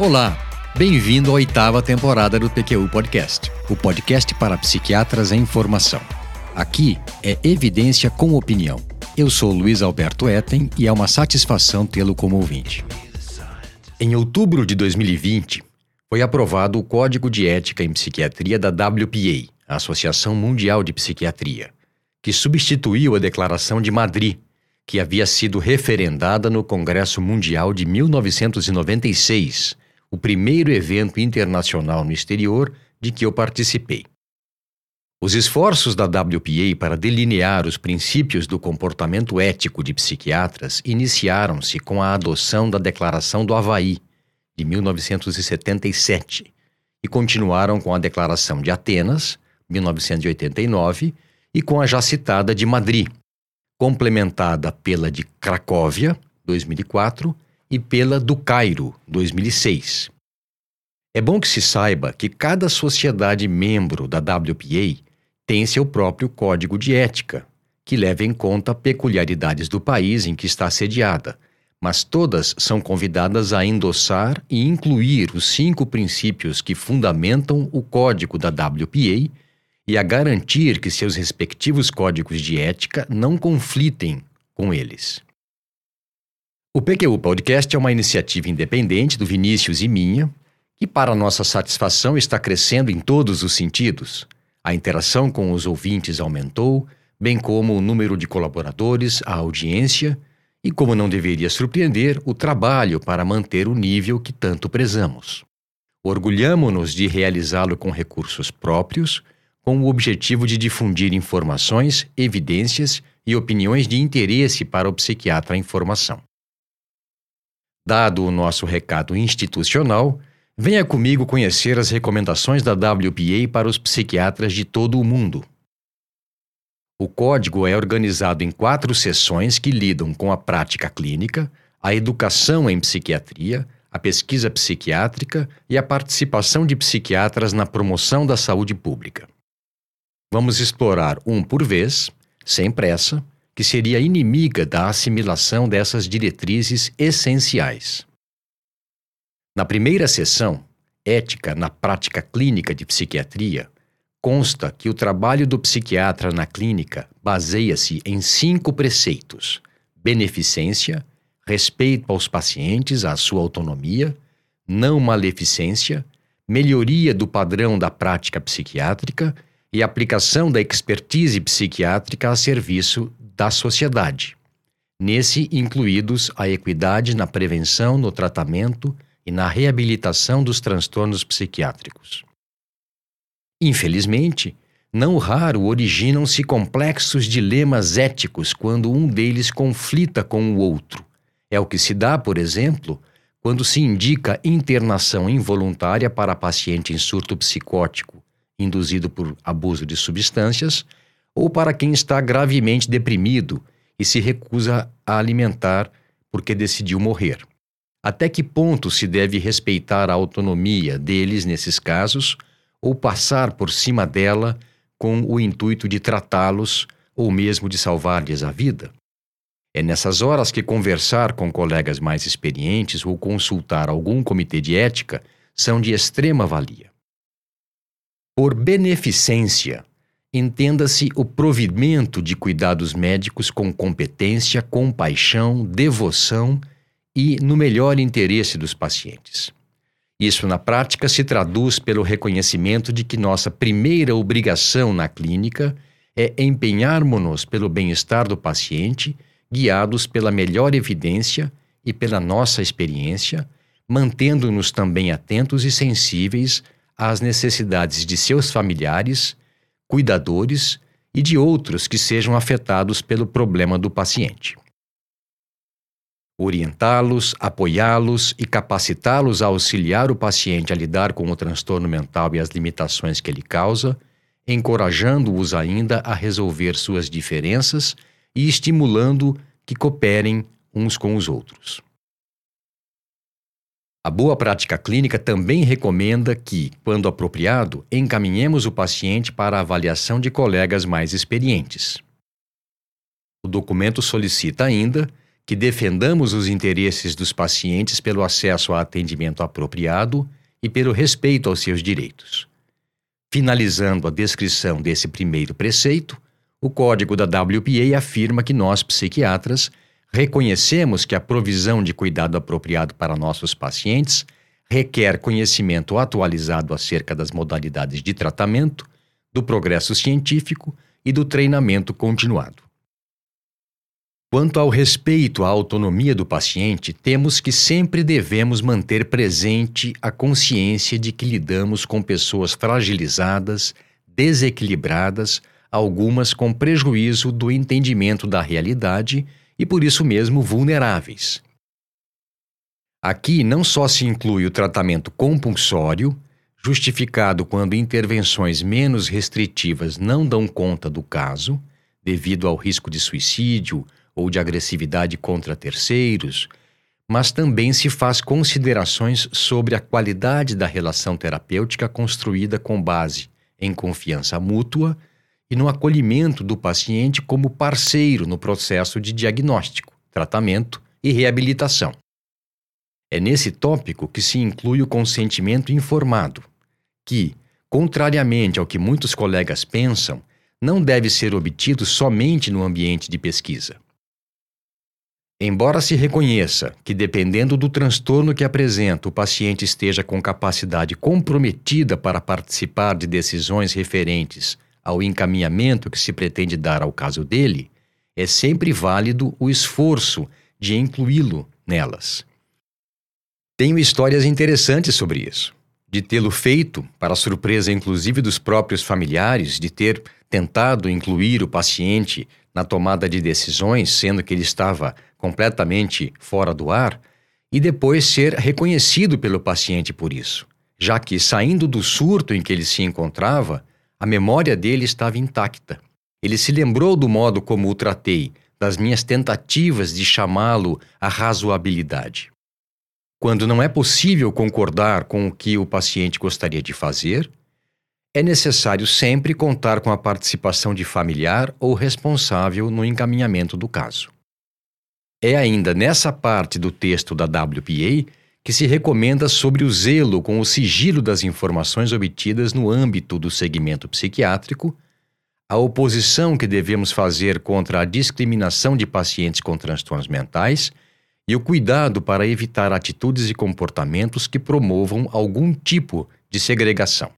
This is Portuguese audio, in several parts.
Olá, bem-vindo à 8ª temporada do PQU Podcast, o podcast para psiquiatras em formação. Aqui é evidência com opinião. Eu sou Luiz Alberto Etten e é uma satisfação tê-lo como ouvinte. Em outubro de 2020, foi aprovado o Código de Ética em Psiquiatria da WPA, a Associação Mundial de Psiquiatria, que substituiu a Declaração de Madrid, que havia sido referendada no Congresso Mundial de 1996, o primeiro evento internacional no exterior de que eu participei. Os esforços da WPA para delinear os princípios do comportamento ético de psiquiatras iniciaram-se com a adoção da Declaração do Havaí, de 1977, e continuaram com a Declaração de Atenas, 1989, e com a já citada de Madrid, complementada pela de Cracóvia, 2004, e pela do Cairo, 2006. É bom que se saiba que cada sociedade membro da WPA tem seu próprio código de ética, que leva em conta peculiaridades do país em que está sediada, mas todas são convidadas a endossar e incluir os 5 princípios que fundamentam o código da WPA e a garantir que seus respectivos códigos de ética não conflitem com eles. O PQU Podcast é uma iniciativa independente do Vinícius e minha, que para nossa satisfação está crescendo em todos os sentidos. A interação com os ouvintes aumentou, bem como o número de colaboradores, a audiência e, como não deveria surpreender, o trabalho para manter o nível que tanto prezamos. Orgulhamo-nos de realizá-lo com recursos próprios, com o objetivo de difundir informações, evidências e opiniões de interesse para o psiquiatra em formação. Dado o nosso recado institucional, venha comigo conhecer as recomendações da WPA para os psiquiatras de todo o mundo. O código é organizado em 4 seções que lidam com a prática clínica, a educação em psiquiatria, a pesquisa psiquiátrica e a participação de psiquiatras na promoção da saúde pública. Vamos explorar um por vez, sem pressa, que seria inimiga da assimilação dessas diretrizes essenciais. Na primeira seção, Ética na Prática Clínica de Psiquiatria, consta que o trabalho do psiquiatra na clínica baseia-se em 5 preceitos: beneficência, respeito aos pacientes, à sua autonomia, não maleficência, melhoria do padrão da prática psiquiátrica e aplicação da expertise psiquiátrica a serviço da sociedade, nesse incluídos a equidade na prevenção, no tratamento e na reabilitação dos transtornos psiquiátricos. Infelizmente, não raro originam-se complexos dilemas éticos quando um deles conflita com o outro. É o que se dá, por exemplo, quando se indica internação involuntária para paciente em surto psicótico, induzido por abuso de substâncias, ou para quem está gravemente deprimido e se recusa a alimentar porque decidiu morrer. Até que ponto se deve respeitar a autonomia deles nesses casos ou passar por cima dela com o intuito de tratá-los ou mesmo de salvar-lhes a vida? É nessas horas que conversar com colegas mais experientes ou consultar algum comitê de ética são de extrema valia. Por beneficência, entenda-se o provimento de cuidados médicos com competência, compaixão, devoção e no melhor interesse dos pacientes. Isso, na prática, se traduz pelo reconhecimento de que nossa primeira obrigação na clínica é empenharmos-nos pelo bem-estar do paciente, guiados pela melhor evidência e pela nossa experiência, mantendo-nos também atentos e sensíveis às necessidades de seus familiares, cuidadores e de outros que sejam afetados pelo problema do paciente. Orientá-los, apoiá-los e capacitá-los a auxiliar o paciente a lidar com o transtorno mental e as limitações que ele causa, encorajando-os ainda a resolver suas diferenças e estimulando que cooperem uns com os outros. A boa prática clínica também recomenda que, quando apropriado, encaminhemos o paciente para a avaliação de colegas mais experientes. O documento solicita ainda que defendamos os interesses dos pacientes pelo acesso a atendimento apropriado e pelo respeito aos seus direitos. Finalizando a descrição desse primeiro preceito, o código da WPA afirma que nós, psiquiatras, reconhecemos que a provisão de cuidado apropriado para nossos pacientes requer conhecimento atualizado acerca das modalidades de tratamento, do progresso científico e do treinamento continuado. Quanto ao respeito à autonomia do paciente, temos que sempre devemos manter presente a consciência de que lidamos com pessoas fragilizadas, desequilibradas, algumas com prejuízo do entendimento da realidade e por isso mesmo vulneráveis. Aqui não só se inclui o tratamento compulsório, justificado quando intervenções menos restritivas não dão conta do caso, devido ao risco de suicídio ou de agressividade contra terceiros, mas também se faz considerações sobre a qualidade da relação terapêutica construída com base em confiança mútua e no acolhimento do paciente como parceiro no processo de diagnóstico, tratamento e reabilitação. É nesse tópico que se inclui o consentimento informado, que, contrariamente ao que muitos colegas pensam, não deve ser obtido somente no ambiente de pesquisa. Embora se reconheça que, dependendo do transtorno que apresenta, o paciente esteja com capacidade comprometida para participar de decisões referentes ao encaminhamento que se pretende dar ao caso dele, é sempre válido o esforço de incluí-lo nelas. Tenho histórias interessantes sobre isso, de tê-lo feito, para surpresa inclusive dos próprios familiares, de ter tentado incluir o paciente na tomada de decisões, sendo que ele estava completamente fora do ar, e depois ser reconhecido pelo paciente por isso, já que, saindo do surto em que ele se encontrava, a memória dele estava intacta. Ele se lembrou do modo como o tratei, das minhas tentativas de chamá-lo à razoabilidade. Quando não é possível concordar com o que o paciente gostaria de fazer, é necessário sempre contar com a participação de familiar ou responsável no encaminhamento do caso. É ainda nessa parte do texto da WPA que se recomenda sobre o zelo com o sigilo das informações obtidas no âmbito do segmento psiquiátrico, a oposição que devemos fazer contra a discriminação de pacientes com transtornos mentais e o cuidado para evitar atitudes e comportamentos que promovam algum tipo de segregação.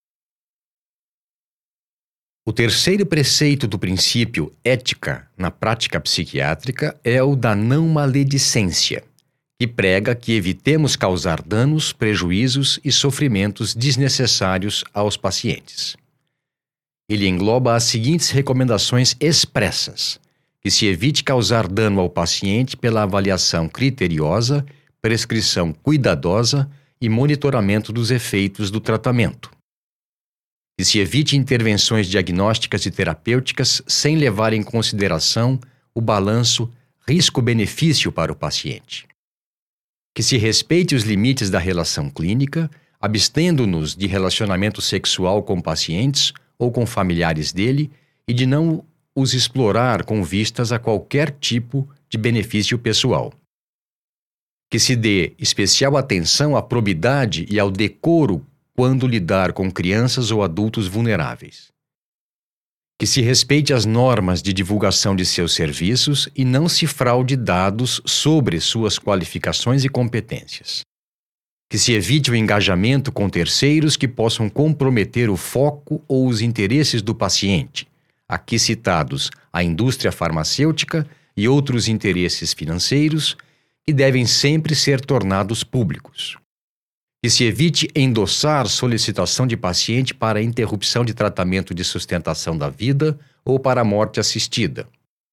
O terceiro preceito do princípio ética na prática psiquiátrica é o da não maledicência, que prega que evitemos causar danos, prejuízos e sofrimentos desnecessários aos pacientes. Ele engloba as seguintes recomendações expressas: que se evite causar dano ao paciente pela avaliação criteriosa, prescrição cuidadosa e monitoramento dos efeitos do tratamento. Que se evite intervenções diagnósticas e terapêuticas sem levar em consideração o balanço risco-benefício para o paciente. Que se respeite os limites da relação clínica, abstendo-nos de relacionamento sexual com pacientes ou com familiares dele e de não os explorar com vistas a qualquer tipo de benefício pessoal. Que se dê especial atenção à probidade e ao decoro quando lidar com crianças ou adultos vulneráveis. Que se respeite as normas de divulgação de seus serviços e não se fraude dados sobre suas qualificações e competências. Que se evite o engajamento com terceiros que possam comprometer o foco ou os interesses do paciente, aqui citados a indústria farmacêutica e outros interesses financeiros, que devem sempre ser tornados públicos. Que se evite endossar solicitação de paciente para interrupção de tratamento de sustentação da vida ou para a morte assistida.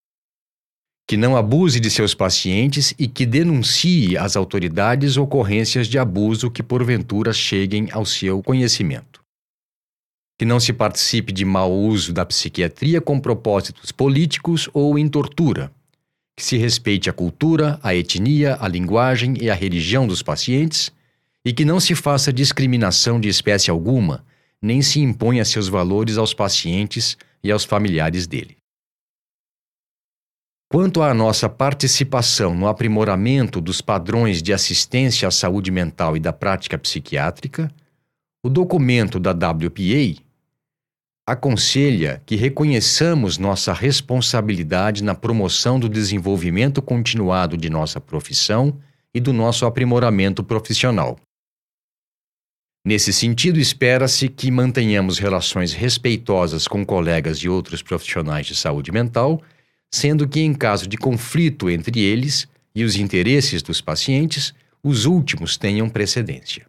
Que não abuse de seus pacientes e que denuncie às autoridades ocorrências de abuso que porventura cheguem ao seu conhecimento. Que não se participe de mau uso da psiquiatria com propósitos políticos ou em tortura. Que se respeite a cultura, a etnia, a linguagem e a religião dos pacientes e que não se faça discriminação de espécie alguma, nem se imponha seus valores aos pacientes e aos familiares dele. Quanto à nossa participação no aprimoramento dos padrões de assistência à saúde mental e da prática psiquiátrica, o documento da WPA aconselha que reconheçamos nossa responsabilidade na promoção do desenvolvimento continuado de nossa profissão e do nosso aprimoramento profissional. Nesse sentido, espera-se que mantenhamos relações respeitosas com colegas de outros profissionais de saúde mental, sendo que, em caso de conflito entre eles e os interesses dos pacientes, os últimos tenham precedência.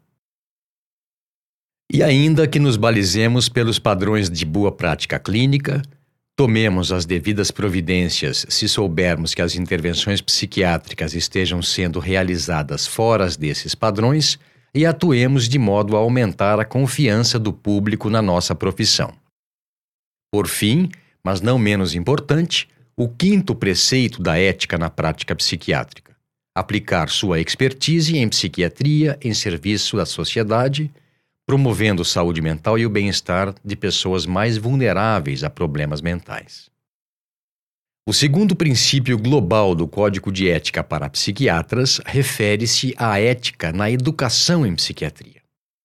E ainda que nos balizemos pelos padrões de boa prática clínica, tomemos as devidas providências se soubermos que as intervenções psiquiátricas estejam sendo realizadas fora desses padrões e atuemos de modo a aumentar a confiança do público na nossa profissão. Por fim, mas não menos importante, o quinto preceito da ética na prática psiquiátrica: aplicar sua expertise em psiquiatria em serviço à sociedade, promovendo saúde mental e o bem-estar de pessoas mais vulneráveis a problemas mentais. O segundo princípio global do Código de Ética para Psiquiatras refere-se à ética na educação em psiquiatria.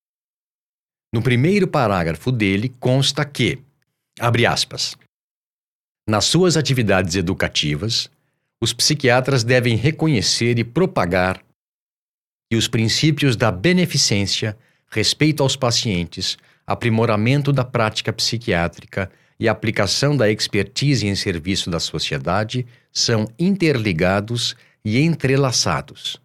No primeiro parágrafo dele consta que, abre aspas, nas suas atividades educativas, os psiquiatras devem reconhecer e propagar que os princípios da beneficência, respeito aos pacientes, aprimoramento da prática psiquiátrica e aplicação da expertise em serviço da sociedade são interligados e entrelaçados.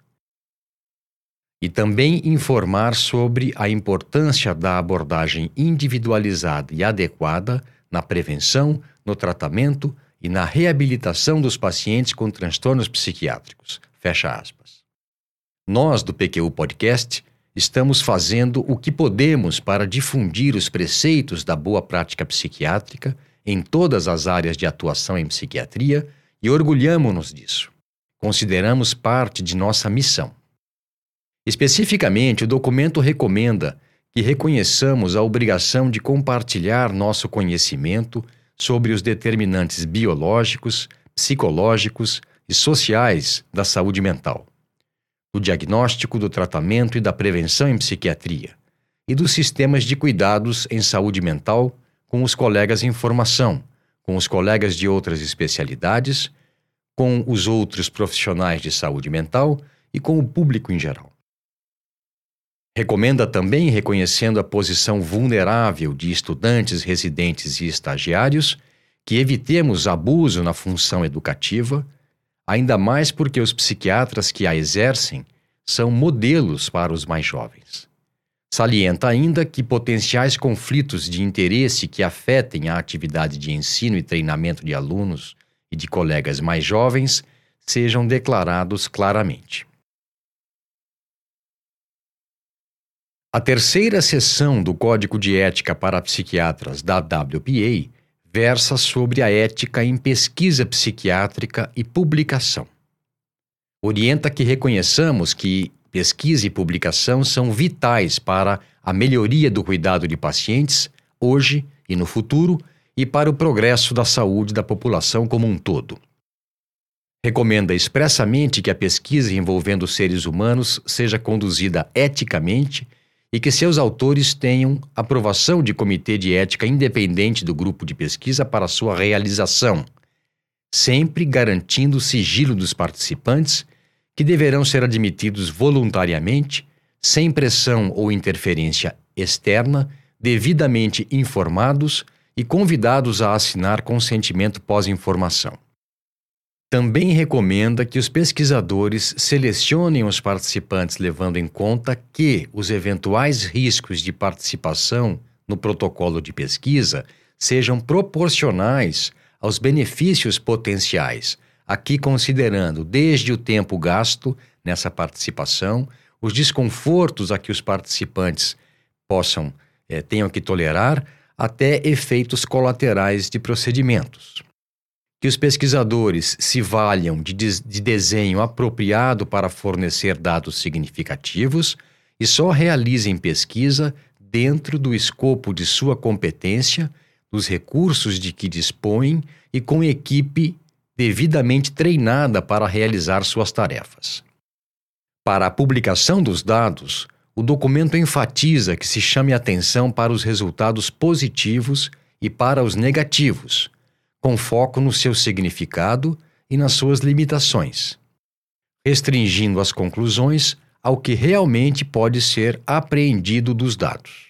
E também informar sobre a importância da abordagem individualizada e adequada na prevenção, no tratamento e na reabilitação dos pacientes com transtornos psiquiátricos. Fecha aspas. Nós, do PQU Podcast, estamos fazendo o que podemos para difundir os preceitos da boa prática psiquiátrica em todas as áreas de atuação em psiquiatria e orgulhamo-nos disso. Consideramos parte de nossa missão. Especificamente, o documento recomenda que reconheçamos a obrigação de compartilhar nosso conhecimento sobre os determinantes biológicos, psicológicos e sociais da saúde mental, do diagnóstico, do tratamento e da prevenção em psiquiatria, e dos sistemas de cuidados em saúde mental com os colegas em formação, com os colegas de outras especialidades, com os outros profissionais de saúde mental e com o público em geral. Recomenda também, reconhecendo a posição vulnerável de estudantes, residentes e estagiários, que evitemos abuso na função educativa, ainda mais porque os psiquiatras que a exercem são modelos para os mais jovens. Salienta ainda que potenciais conflitos de interesse que afetem a atividade de ensino e treinamento de alunos e de colegas mais jovens sejam declarados claramente. A terceira seção do Código de Ética para Psiquiatras da WPA versa sobre a ética em pesquisa psiquiátrica e publicação. Orienta que reconheçamos que pesquisa e publicação são vitais para a melhoria do cuidado de pacientes, hoje e no futuro, e para o progresso da saúde da população como um todo. Recomenda expressamente que a pesquisa envolvendo seres humanos seja conduzida eticamente e que seus autores tenham aprovação de comitê de ética independente do grupo de pesquisa para sua realização, sempre garantindo o sigilo dos participantes, que deverão ser admitidos voluntariamente, sem pressão ou interferência externa, devidamente informados e convidados a assinar consentimento pós-informação. Também recomenda que os pesquisadores selecionem os participantes levando em conta que os eventuais riscos de participação no protocolo de pesquisa sejam proporcionais aos benefícios potenciais, aqui considerando desde o tempo gasto nessa participação, os desconfortos a que os participantes tenham que tolerar, até efeitos colaterais de procedimentos. Que os pesquisadores se valham de desenho apropriado para fornecer dados significativos e só realizem pesquisa dentro do escopo de sua competência, dos recursos de que dispõem e com equipe devidamente treinada para realizar suas tarefas. Para a publicação dos dados, o documento enfatiza que se chame atenção para os resultados positivos e para os negativos, com foco no seu significado e nas suas limitações, restringindo as conclusões ao que realmente pode ser apreendido dos dados.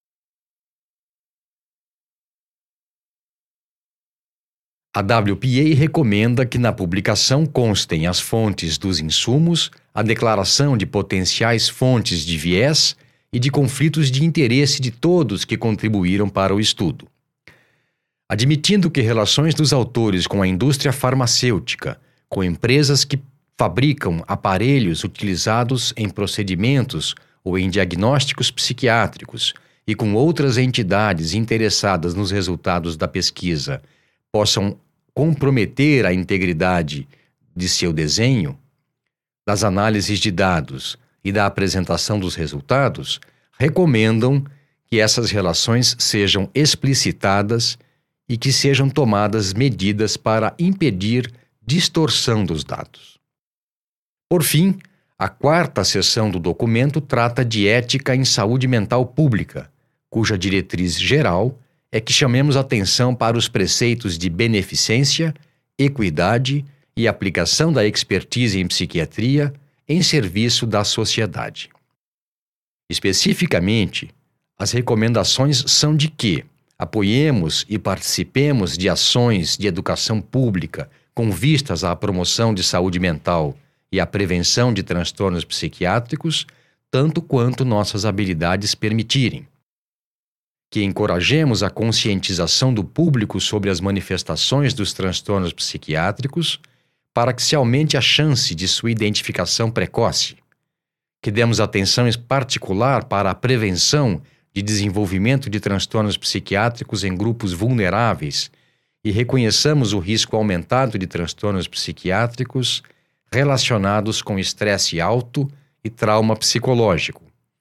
A WPA recomenda que na publicação constem as fontes dos insumos, a declaração de potenciais fontes de viés e de conflitos de interesse de todos que contribuíram para o estudo. Admitindo que relações dos autores com a indústria farmacêutica, com empresas que fabricam aparelhos utilizados em procedimentos ou em diagnósticos psiquiátricos e com outras entidades interessadas nos resultados da pesquisa possam comprometer a integridade de seu desenho, das análises de dados e da apresentação dos resultados, recomendam que essas relações sejam explicitadas e que sejam tomadas medidas para impedir distorção dos dados. Por fim, a 4ª seção do documento trata de ética em saúde mental pública, cuja diretriz geral é que chamemos atenção para os preceitos de beneficência, equidade e aplicação da expertise em psiquiatria em serviço da sociedade. Especificamente, as recomendações são de que apoiemos e participemos de ações de educação pública com vistas à promoção de saúde mental e à prevenção de transtornos psiquiátricos, tanto quanto nossas habilidades permitirem. Que encorajemos a conscientização do público sobre as manifestações dos transtornos psiquiátricos para que se aumente a chance de sua identificação precoce. Que demos atenção particular para a prevenção de desenvolvimento de transtornos psiquiátricos em grupos vulneráveis e reconheçamos o risco aumentado de transtornos psiquiátricos relacionados com estresse alto e trauma psicológico.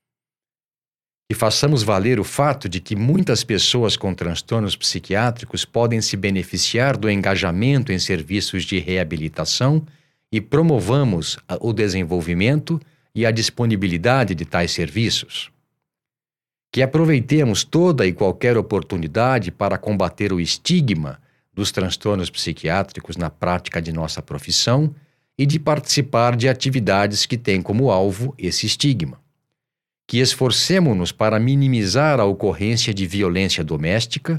E façamos valer o fato de que muitas pessoas com transtornos psiquiátricos podem se beneficiar do engajamento em serviços de reabilitação e promovamos o desenvolvimento e a disponibilidade de tais serviços. Que aproveitemos toda e qualquer oportunidade para combater o estigma dos transtornos psiquiátricos na prática de nossa profissão e de participar de atividades que têm como alvo esse estigma. Que esforcemo-nos para minimizar a ocorrência de violência doméstica,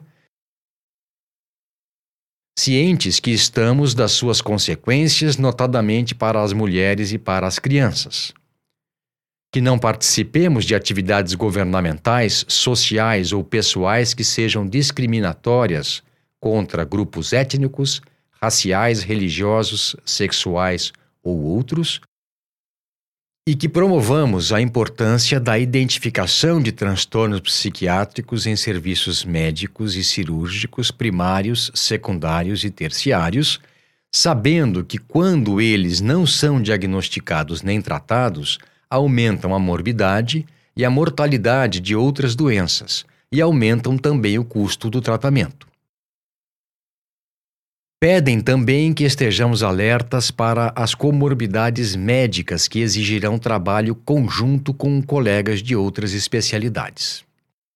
cientes que estamos das suas consequências, notadamente para as mulheres e para as crianças. Que não participemos de atividades governamentais, sociais ou pessoais que sejam discriminatórias contra grupos étnicos, raciais, religiosos, sexuais ou outros, e que promovamos a importância da identificação de transtornos psiquiátricos em serviços médicos e cirúrgicos primários, secundários e terciários, sabendo que quando eles não são diagnosticados nem tratados, aumentam a morbidade e a mortalidade de outras doenças e aumentam também o custo do tratamento. Pedem também que estejamos alertas para as comorbidades médicas que exigirão trabalho conjunto com colegas de outras especialidades.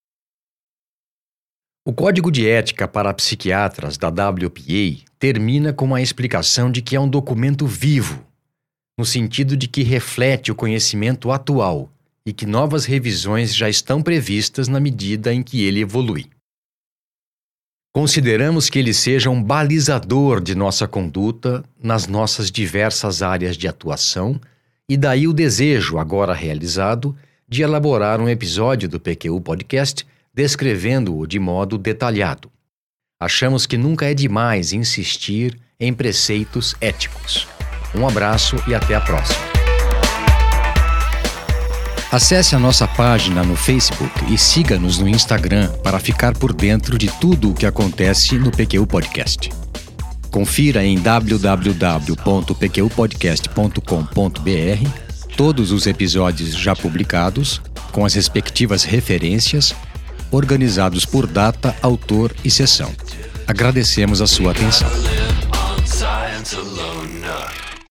O Código de Ética para Psiquiatras da WPA termina com a explicação de que é um documento vivo, no sentido de que reflete o conhecimento atual e que novas revisões já estão previstas na medida em que ele evolui. Consideramos que ele seja um balizador de nossa conduta nas nossas diversas áreas de atuação e daí o desejo, agora realizado, de elaborar um episódio do PQU Podcast descrevendo-o de modo detalhado. Achamos que nunca é demais insistir em preceitos éticos. Um abraço e até a próxima. Acesse a nossa página no Facebook e siga-nos no Instagram para ficar por dentro de tudo o que acontece no PQU Podcast. Confira em www.pqpodcast.com.br todos os episódios já publicados, com as respectivas referências, organizados por data, autor e sessão. Agradecemos a sua atenção. stands alone.